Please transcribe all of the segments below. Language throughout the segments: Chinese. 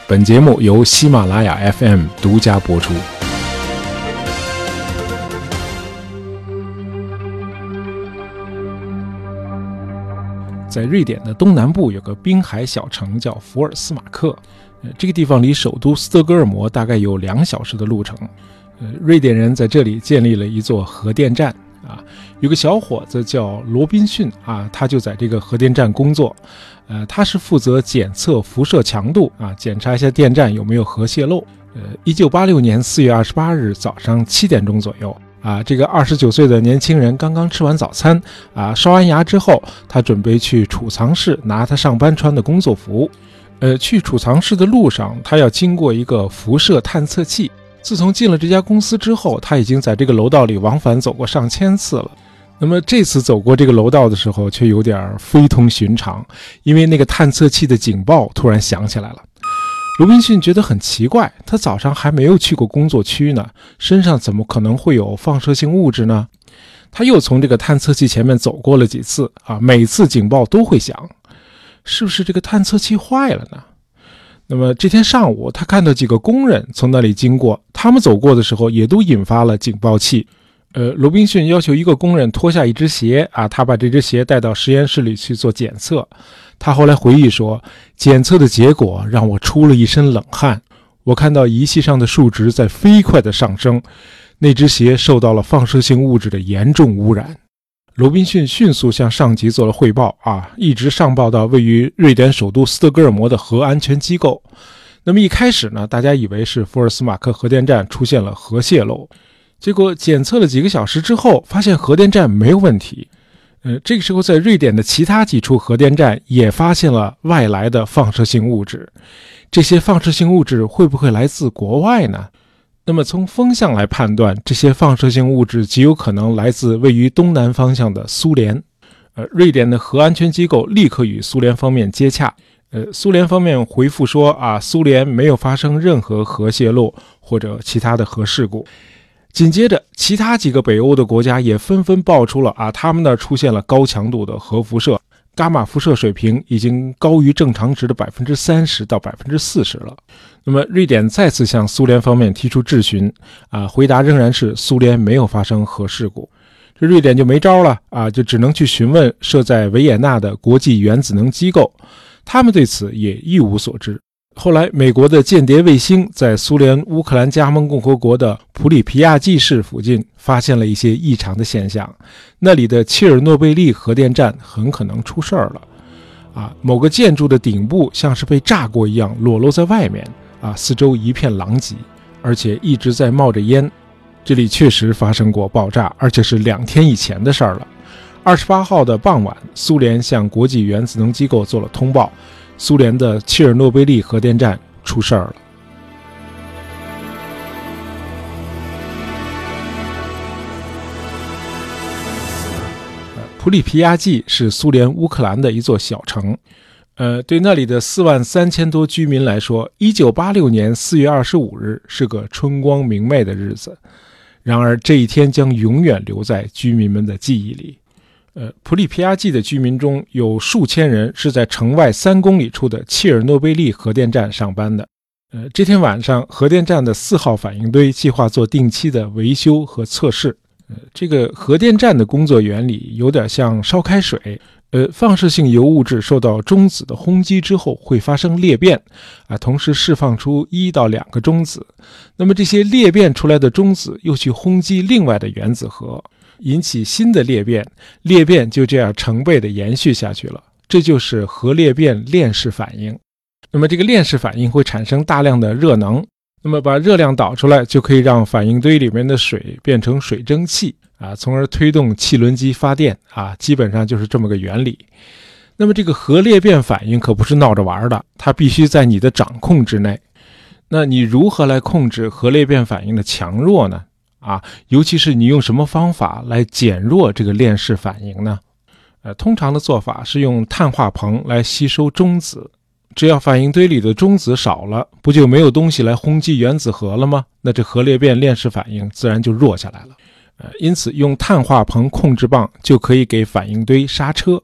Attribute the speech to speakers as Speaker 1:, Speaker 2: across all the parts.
Speaker 1: 本节目由喜马拉雅 FM 独家播出。在瑞典的东南部有个滨海小城叫福尔斯马克，这个地方离首都斯德哥尔摩大概有2小时的路程。瑞典人在这里建立了一座核电站啊，有个小伙子叫罗宾逊啊，他就在这个核电站工作。他是负责检测辐射强度啊，检查一下电站有没有核泄漏。1986年4月28日早上7点钟左右啊，这个29岁的年轻人刚刚吃完早餐啊，刷完牙之后，他准备去储藏室拿他上班穿的工作服。去储藏室的路上，他要经过一个辐射探测器。自从进了这家公司之后，他已经在这个楼道里往返走过上千次了。那么这次走过这个楼道的时候，却有点非同寻常，因为那个探测器的警报突然响起来了。罗宾逊觉得很奇怪，他早上还没有去过工作区呢，身上怎么可能会有放射性物质呢？他又从这个探测器前面走过了几次啊，每次警报都会响，是不是这个探测器坏了呢？那么这天上午，他看到几个工人从那里经过，他们走过的时候也都引发了警报器。罗宾逊要求一个工人脱下一只鞋啊，他把这只鞋带到实验室里去做检测。他后来回忆说，检测的结果让我出了一身冷汗，我看到仪器上的数值在飞快的上升，那只鞋受到了放射性物质的严重污染。罗宾逊迅速向上级做了汇报啊，一直上报到位于瑞典首都斯德哥尔摩的核安全机构。那么一开始呢，大家以为是福尔斯马克核电站出现了核泄漏，结果检测了几个小时之后，发现核电站没有问题。这个时候在瑞典的其他几处核电站也发现了外来的放射性物质。这些放射性物质会不会来自国外呢？那么从风向来判断，这些放射性物质极有可能来自位于东南方向的苏联。瑞典的核安全机构立刻与苏联方面接洽。苏联方面回复说啊，苏联没有发生任何核泄漏或者其他的核事故。紧接着，其他几个北欧的国家也纷纷爆出了啊，他们那儿出现了高强度的核辐射，伽马辐射水平已经高于正常值的 30% 到 40% 了。那么瑞典再次向苏联方面提出质询啊，回答仍然是苏联没有发生核事故。这瑞典就没招了啊，就只能去询问设在维也纳的国际原子能机构，他们对此也一无所知。后来美国的间谍卫星在苏联乌克兰加盟共和国的普里皮亚季市附近发现了一些异常的现象，那里的切尔诺贝利核电站很可能出事儿了啊！某个建筑的顶部像是被炸过一样裸露在外面啊，四周一片狼藉，而且一直在冒着烟。这里确实发生过爆炸，而且是2天以前的事儿了。28号的傍晚，苏联向国际原子能机构做了通报，苏联的切尔诺贝利核电站出事儿了。普里皮亚季是苏联乌克兰的一座小城，对那里的43000多居民来说，1986年4月25日是个春光明媚的日子。然而这一天将永远留在居民们的记忆里。普里皮亚季的居民中有数千人是在城外3公里处的切尔诺贝利核电站上班的。这天晚上，核电站的4号反应堆计划做定期的维修和测试。这个核电站的工作原理有点像烧开水。放射性铀物质受到中子的轰击之后会发生裂变啊，同时释放出1到2个中子。那么这些裂变出来的中子又去轰击另外的原子核，引起新的裂变，裂变就这样成倍的延续下去了。这就是核裂变链式反应。那么这个链式反应会产生大量的热能，那么把热量导出来，就可以让反应堆里面的水变成水蒸气啊，从而推动汽轮机发电啊，基本上就是这么个原理。那么这个核裂变反应可不是闹着玩的，它必须在你的掌控之内。那你如何来控制核裂变反应的强弱呢？啊，尤其是你用什么方法来减弱这个链式反应呢？通常的做法是用碳化硼来吸收中子。只要反应堆里的中子少了，不就没有东西来轰击原子核了吗？那这核裂变链式反应自然就弱下来了。因此用碳化硼控制棒就可以给反应堆刹车。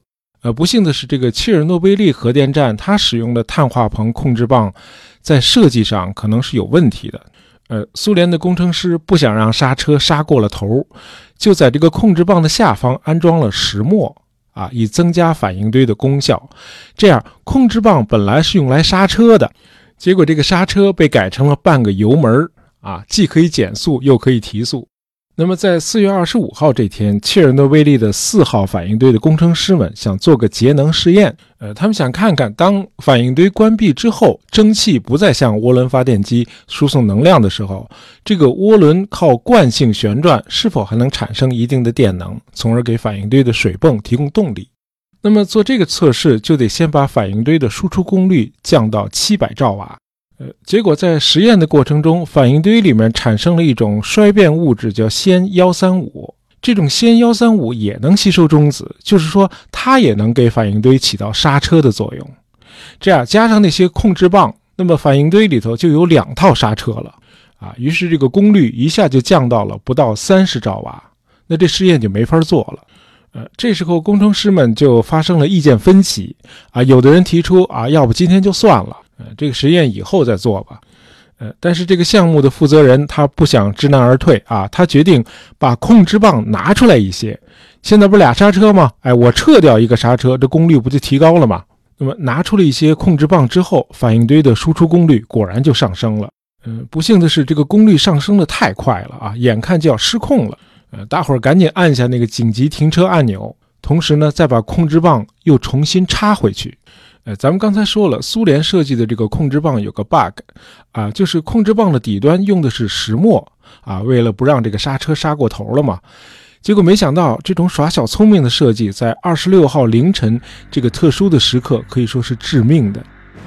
Speaker 1: 不幸的是，这个切尔诺贝利核电站它使用的碳化硼控制棒在设计上可能是有问题的。苏联的工程师不想让刹车刹过了头，就在这个控制棒的下方安装了石墨以增加反应堆的功效。这样控制棒本来是用来刹车的，结果这个刹车被改成了半个油门既可以减速又可以提速。那么在4月25号这天，切尔诺贝利的4号反应堆的工程师们想做个节能试验，他们想看看当反应堆关闭之后，蒸汽不再向涡轮发电机输送能量的时候，这个涡轮靠惯性旋转是否还能产生一定的电能，从而给反应堆的水泵提供动力。那么做这个测试就得先把反应堆的输出功率降到700兆瓦。结果在实验的过程中，反应堆里面产生了一种衰变物质叫氙135，这种氙135也能吸收中子，就是说它也能给反应堆起到刹车的作用。这样加上那些控制棒，那么反应堆里头就有2套刹车了于是这个功率一下就降到了不到30兆瓦，那这实验就没法做了。这时候工程师们就发生了意见分歧有的人提出要不今天就算了，这个实验以后再做吧。但是这个项目的负责人他不想知难而退他决定把控制棒拿出来一些。现在不是2刹车吗？我撤掉一个刹车，这功率不就提高了吗？那么拿出了一些控制棒之后，反应堆的输出功率果然就上升了。不幸的是，这个功率上升的太快了眼看就要失控了。大伙儿赶紧按下那个紧急停车按钮，同时呢再把控制棒又重新插回去。咱们刚才说了，苏联设计的这个控制棒有个 bug 就是控制棒的底端用的是石墨为了不让这个刹车刹过头了嘛。结果没想到这种耍小聪明的设计在26号凌晨这个特殊的时刻可以说是致命的。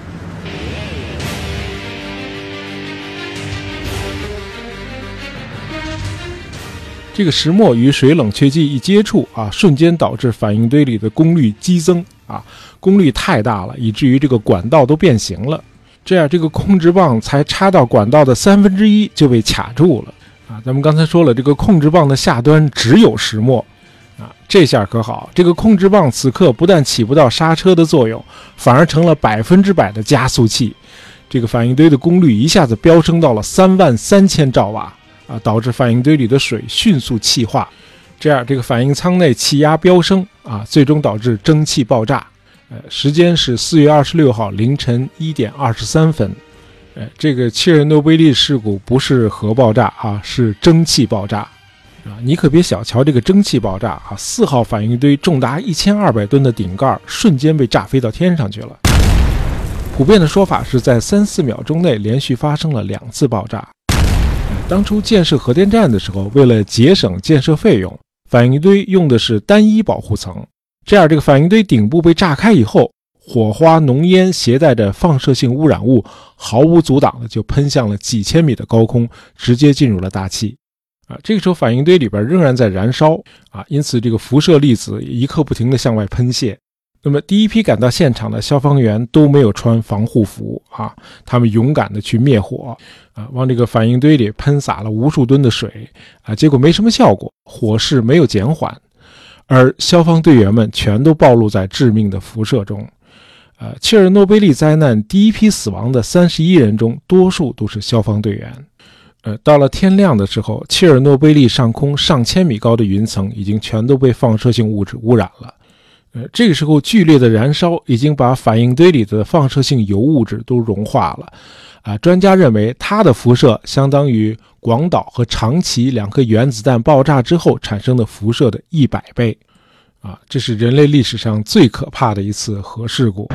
Speaker 1: 这个石墨与水冷却剂一接触瞬间导致反应堆里的功率激增功率太大了，以至于这个管道都变形了。这样这个控制棒才插到管道的1/3就被卡住了咱们刚才说了，这个控制棒的下端只有石墨这下可好，这个控制棒此刻不但起不到刹车的作用，反而成了100%的加速器。这个反应堆的功率一下子飙升到了33000兆瓦导致反应堆里的水迅速气化，这样这个反应舱内气压飙升最终导致蒸汽爆炸。时间是4月26号凌晨1点23分。这个切尔诺贝利事故不是核爆炸是蒸汽爆炸你可别小瞧这个蒸汽爆炸4号反应堆重达1200吨的顶盖瞬间被炸飞到天上去了。普遍的说法是在3-4秒钟内连续发生了2次爆炸。当初建设核电站的时候，为了节省建设费用，反应堆用的是单一保护层，这样这个反应堆顶部被炸开以后，火花浓烟携带着放射性污染物毫无阻挡的就喷向了几千米的高空，直接进入了大气这个时候反应堆里边仍然在燃烧因此这个辐射粒子一刻不停的向外喷泄。那么第一批赶到现场的消防员都没有穿防护服他们勇敢的去灭火往这个反应堆里喷洒了无数吨的水结果没什么效果，火势没有减缓，而消防队员们全都暴露在致命的辐射中。切尔诺贝利灾难第一批死亡的31人中，多数都是消防队员。到了天亮的时候，切尔诺贝利上空上千米高的云层已经全都被放射性物质污染了。这个时候剧烈的燃烧已经把反应堆里的放射性铀物质都融化了专家认为它的辐射相当于广岛和长崎2颗原子弹爆炸之后产生的辐射的100倍这是人类历史上最可怕的一次核事故。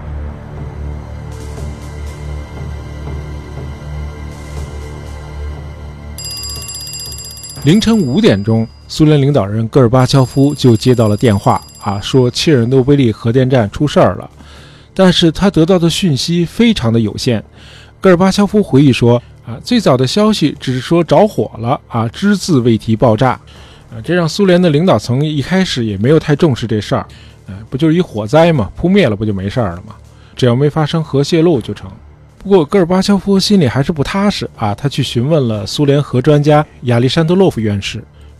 Speaker 1: 凌晨5点钟，苏联领导人戈尔巴乔夫就接到了电话说切尔诺贝利核电站出事儿了，但是他得到的讯息非常的有限。戈尔巴乔夫回忆说最早的消息只是说着火了只字未提爆炸这让苏联的领导层一开始也没有太重视这事儿不就是一火灾嘛，扑灭了不就没事了吗？只要没发生核泄漏就成。不过戈尔巴乔夫心里还是不踏实他去询问了苏联核专家亚历山德洛夫院士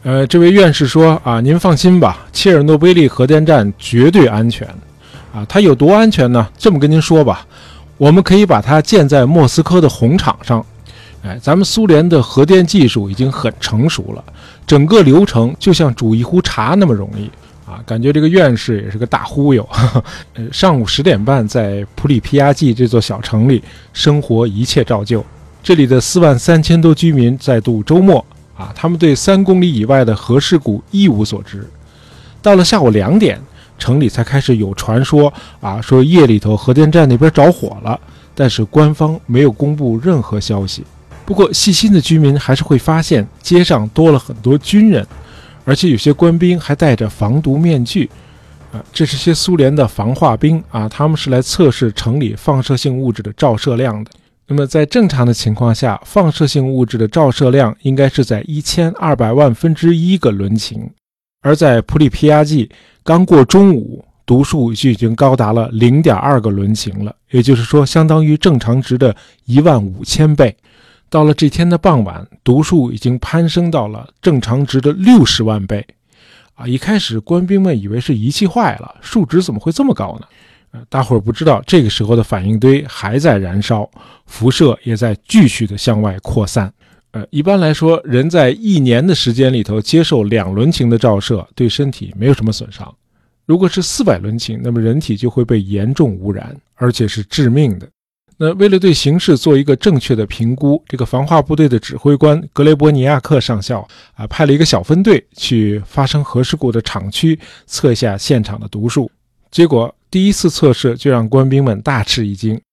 Speaker 1: 这位院士说啊，您放心吧，切尔诺贝利核电站绝对安全啊。它有多安全呢？这么跟您说吧，我们可以把它建在莫斯科的红场上。咱们苏联的核电技术已经很成熟了，整个流程就像煮一壶茶那么容易啊。感觉这个院士也是个大忽悠。上午10点半，在普里皮亚季这座小城里，生活一切照旧。这里的43000多居民在度周末啊，他们对3公里以外的核事故一无所知。到了下午2点，城里才开始有传说啊，说夜里头核电站那边着火了，但是官方没有公布任何消息。不过细心的居民还是会发现街上多了很多军人，而且有些官兵还戴着防毒面具这是些苏联的防化兵啊，他们是来测试城里放射性物质的照射量的。那么在正常的情况下，放射性物质的照射量应该是在1200万分之一个伦琴，而在普里皮亚季刚过中午，读数就已经高达了 0.2 个伦琴了，也就是说相当于正常值的15000倍。到了这天的傍晚，读数已经攀升到了正常值的60万倍一开始官兵们以为是仪器坏了，数值怎么会这么高呢？大伙儿不知道这个时候的反应堆还在燃烧，辐射也在继续的向外扩散。一般来说，人在1年的时间里头接受2伦琴的照射，对身体没有什么损伤。如果是400伦琴，那么人体就会被严重污染，而且是致命的。那为了对形势做一个正确的评估，这个防化部队的指挥官格雷伯尼亚克上校派了一个小分队去发生核事故的厂区测一下现场的读数。结果第一次测试就让官兵们大吃一惊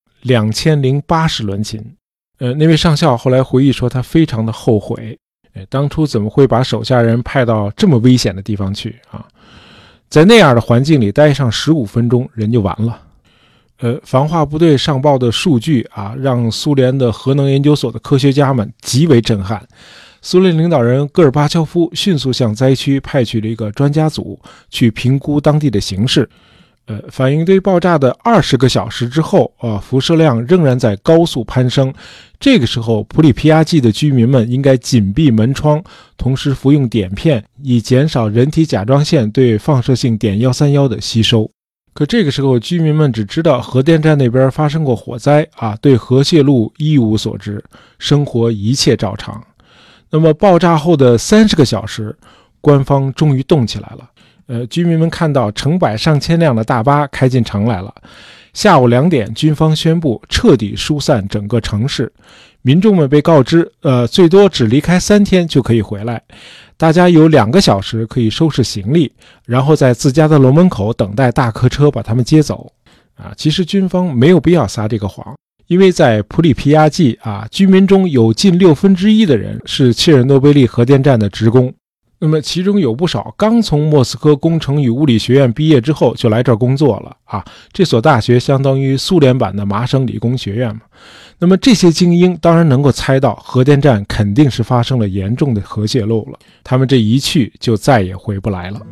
Speaker 1: ，2080伦琴。那位上校后来回忆说，他非常的后悔，当初怎么会把手下人派到这么危险的地方去啊？在那样的环境里待上15分钟，人就完了。防化部队上报的数据让苏联的核能研究所的科学家们极为震撼。苏联领导人戈尔巴乔夫迅速向灾区派去了一个专家组，去评估当地的形势。反应堆爆炸的20个小时之后辐射量仍然在高速攀升。这个时候，普里皮亚季的居民们应该紧闭门窗，同时服用碘片，以减少人体甲状腺对放射性碘131的吸收。可这个时候，居民们只知道核电站那边发生过火灾对核泄漏一无所知，生活一切照常。那么爆炸后的30个小时，官方终于动起来了。居民们看到成百上千辆的大巴开进城来了。下午2点，军方宣布彻底疏散整个城市，民众们被告知，最多只离开3天就可以回来。大家有2个小时可以收拾行李，然后在自家的楼门口等待大客车把他们接走。其实军方没有必要撒这个谎，因为在普里皮亚季居民中有近1/6的人是切尔诺贝利核电站的职工。那么其中有不少刚从莫斯科工程与物理学院毕业之后就来这儿工作了这所大学相当于苏联版的麻省理工学院嘛。那么这些精英当然能够猜到核电站肯定是发生了严重的核泄漏了，他们这一去就再也回不来了。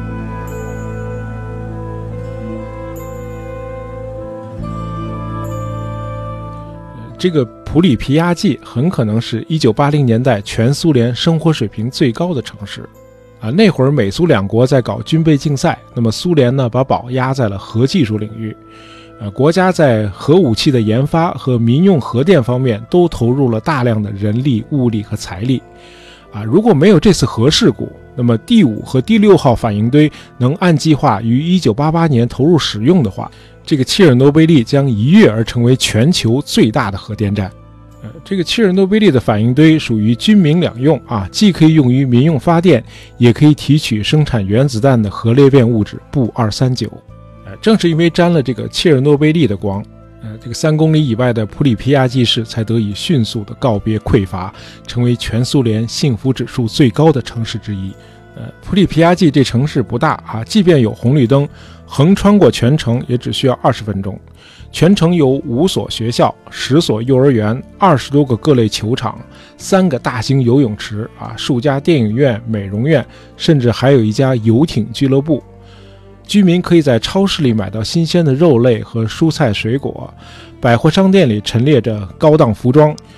Speaker 1: 这个普里皮亚季很可能是1980年代全苏联生活水平最高的城市那会儿美苏两国在搞军备竞赛，那么苏联呢把宝压在了核技术领域，国家在核武器的研发和民用核电方面都投入了大量的人力、物力和财力如果没有这次核事故，那么第5和第6号反应堆能按计划于1988年投入使用的话，这个切尔诺贝利将一跃而成为全球最大的核电站。这个切尔诺贝利的反应堆属于军民两用既可以用于民用发电，也可以提取生产原子弹的核裂变物质钚239。正是因为沾了这个切尔诺贝利的光，这个3公里以外的普里皮亚季市才得以迅速的告别匮乏，成为全苏联幸福指数最高的城市之一。普里皮亚季这城市不大即便有红绿灯，横穿过全城也只需要20分钟。全城有5所学校、10所幼儿园、20多个各类球场、3个大型游泳池数家电影院、美容院，甚至还有一家游艇俱乐部。居民可以在超市里买到新鲜的肉类和蔬菜水果，百货商店里陈列着高档服装，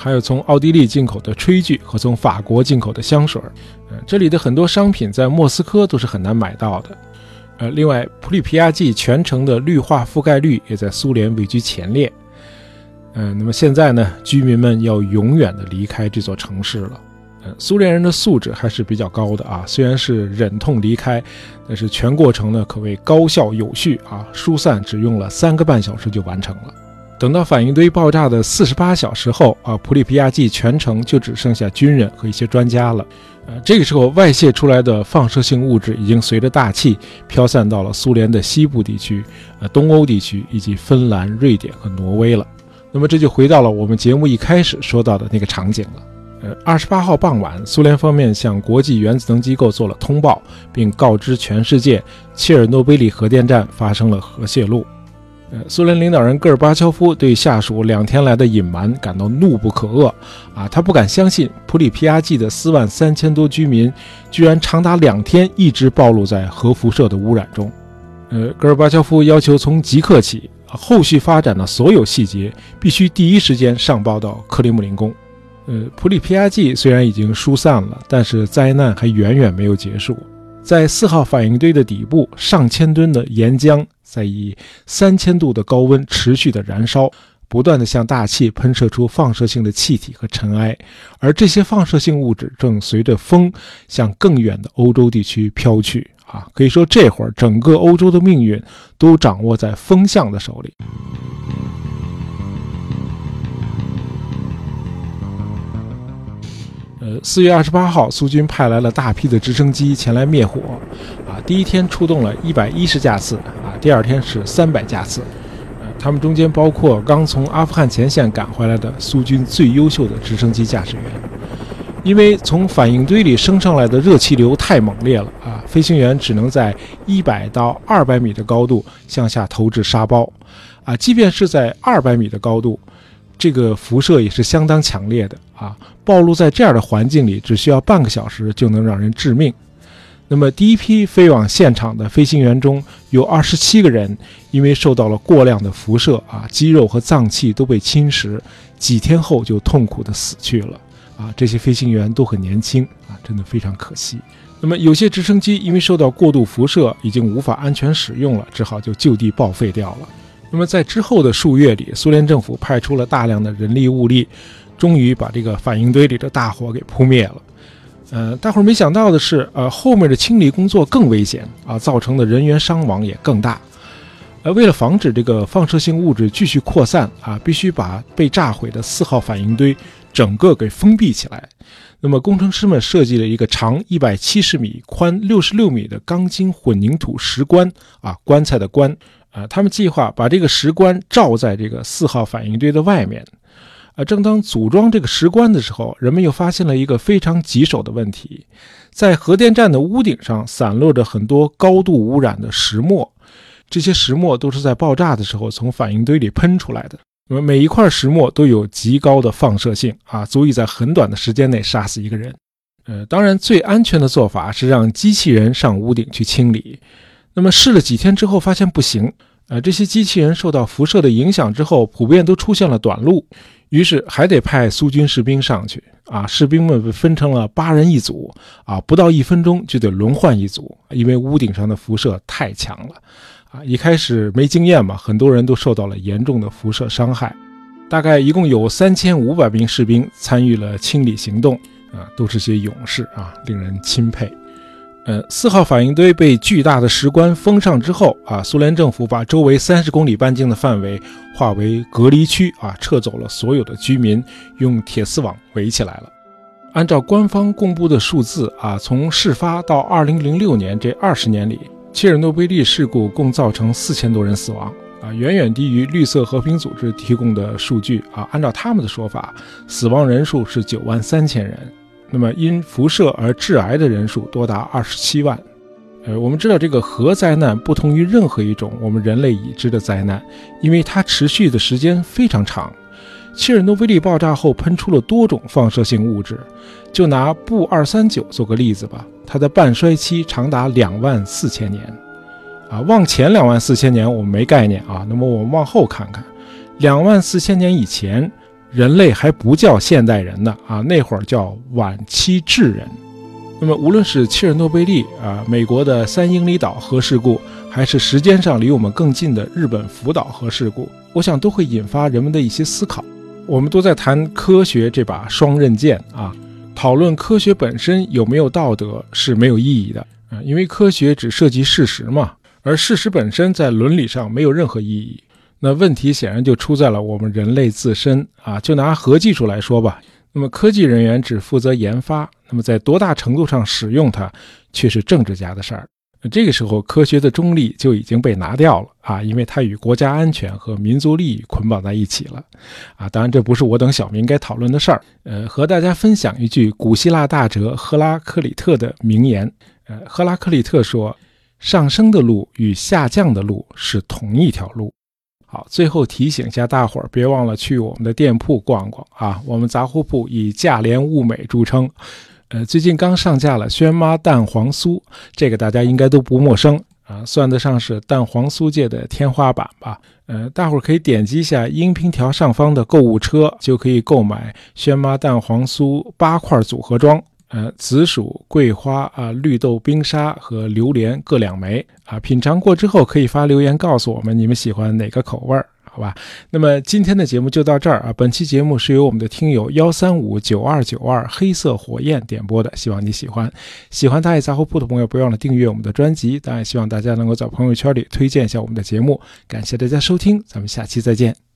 Speaker 1: 还有从奥地利进口的炊具和从法国进口的香水。这里的很多商品在莫斯科都是很难买到的。另外，普里皮亚季全城的绿化覆盖率也在苏联位居前列。那么现在呢，居民们要永远的离开这座城市了。苏联人的素质还是比较高的啊，虽然是忍痛离开，但是全过程呢可谓高效有序啊，疏散只用了3个半小时就完成了。等到反应堆爆炸的48小时后啊，普里皮亚季全城就只剩下军人和一些专家了。这个时候外泄出来的放射性物质已经随着大气飘散到了苏联的西部地区、东欧地区以及芬兰、瑞典和挪威了。那么这就回到了我们节目一开始说到的那个场景了。28号傍晚，苏联方面向国际原子能机构做了通报，并告知全世界切尔诺贝利核电站发生了核泄漏。苏联领导人戈尔巴乔夫对下属2天来的隐瞒感到怒不可遏啊！他不敢相信普里皮亚季的43000多居民居然长达2天一直暴露在核辐射的污染中。戈尔巴乔夫要求从即刻起，后续发展的所有细节必须第一时间上报到克里姆林宫。普里皮亚季虽然已经疏散了，但是灾难还远远没有结束。在4号反应堆的底部，上千吨的岩浆在以3000度的高温持续的燃烧，不断的向大气喷射出放射性的气体和尘埃，而这些放射性物质正随着风向更远的欧洲地区飘去啊！可以说这会儿整个欧洲的命运都掌握在风向的手里。4月28号，苏军派来了大批的直升机前来灭火啊！第一天出动了110架次啊，第二天是300架次。他们中间包括刚从阿富汗前线赶回来的苏军最优秀的直升机驾驶员。因为从反应堆里升上来的热气流太猛烈了啊，飞行员只能在100到200米的高度向下投掷沙包啊，即便是在200米的高度，这个辐射也是相当强烈的啊！暴露在这样的环境里，只需要半个小时就能让人致命。那么第一批飞往现场的飞行员中有27个人因为受到了过量的辐射啊，肌肉和脏器都被侵蚀，几天后就痛苦地死去了啊！这些飞行员都很年轻啊，真的非常可惜。那么有些直升机因为受到过度辐射已经无法安全使用了，只好就地报废掉了。那么在之后的数月里，苏联政府派出了大量的人力物力，终于把这个反应堆里的大火给扑灭了。大伙儿没想到的是，后面的清理工作更危险啊，造成的人员伤亡也更大。为了防止这个放射性物质继续扩散啊，必须把被炸毁的4号反应堆整个给封闭起来。那么工程师们设计了一个长170米、宽66米的钢筋混凝土石棺啊，棺材的棺。他们计划把这个石棺罩在这个4号反应堆的外面。正当组装这个石棺的时候，人们又发现了一个非常棘手的问题，在核电站的屋顶上散落着很多高度污染的石墨，这些石墨都是在爆炸的时候从反应堆里喷出来的。那么每一块石墨都有极高的放射性啊，足以在很短的时间内杀死一个人。当然最安全的做法是让机器人上屋顶去清理。那么试了几天之后发现不行，这些机器人受到辐射的影响之后，普遍都出现了短路，于是还得派苏军士兵上去啊。士兵们被分成了8人一组啊，不到1分钟就得轮换一组，因为屋顶上的辐射太强了啊。一开始没经验嘛，很多人都受到了严重的辐射伤害。大概一共有3500名士兵参与了清理行动啊，都是些勇士啊，令人钦佩。4号反应堆被巨大的石棺封上之后啊，苏联政府把周围30公里半径的范围划为隔离区啊，撤走了所有的居民，用铁丝网围起来了。按照官方公布的数字啊，从事发到2006年这20年里，切尔诺贝利事故共造成4000多人死亡啊，远远低于绿色和平组织提供的数据啊。按照他们的说法，死亡人数是93000人。那么因辐射而致癌的人数多达27万。我们知道这个核灾难不同于任何一种我们人类已知的灾难，因为它持续的时间非常长。切尔诺贝利爆炸后喷出了多种放射性物质，就拿钚239做个例子吧，它的半衰期长达24000年啊。往前24000年我们没概念啊，那么我们往后看看，24000年以前人类还不叫现代人呢啊，那会儿叫晚期智人。那么无论是切尔诺贝利啊，美国的3英里岛核事故，还是时间上离我们更近的日本福岛核事故，我想都会引发人们的一些思考。我们都在谈科学这把双刃剑啊，讨论科学本身有没有道德是没有意义的啊，因为科学只涉及事实嘛，而事实本身在伦理上没有任何意义。那问题显然就出在了我们人类自身啊，就拿核技术来说吧，那么科技人员只负责研发，那么在多大程度上使用它却是政治家的事儿。这个时候科学的中立就已经被拿掉了啊，因为它与国家安全和民族利益捆绑在一起了啊。当然这不是我等小民该讨论的事儿。和大家分享一句古希腊大哲赫拉克里特的名言。赫拉克里特说，上升的路与下降的路是同一条路。好，最后提醒一下大伙儿，别忘了去我们的店铺逛逛啊！我们杂货铺以价廉物美著称，最近刚上架了轩妈蛋黄酥，这个大家应该都不陌生啊，算得上是蛋黄酥界的天花板吧。大伙儿可以点击一下音频条上方的购物车，就可以购买轩妈蛋黄酥8块组合装。紫薯、桂花啊、绿豆冰沙和榴莲各2枚啊，品尝过之后可以发留言告诉我们你们喜欢哪个口味，好吧？那么今天的节目就到这儿啊。本期节目是由我们的听友1359292黑色火焰点播的，希望你喜欢。喜欢大爷杂货铺的朋友，不要忘了订阅我们的专辑。当然，希望大家能够在朋友圈里推荐一下我们的节目。感谢大家收听，咱们下期再见。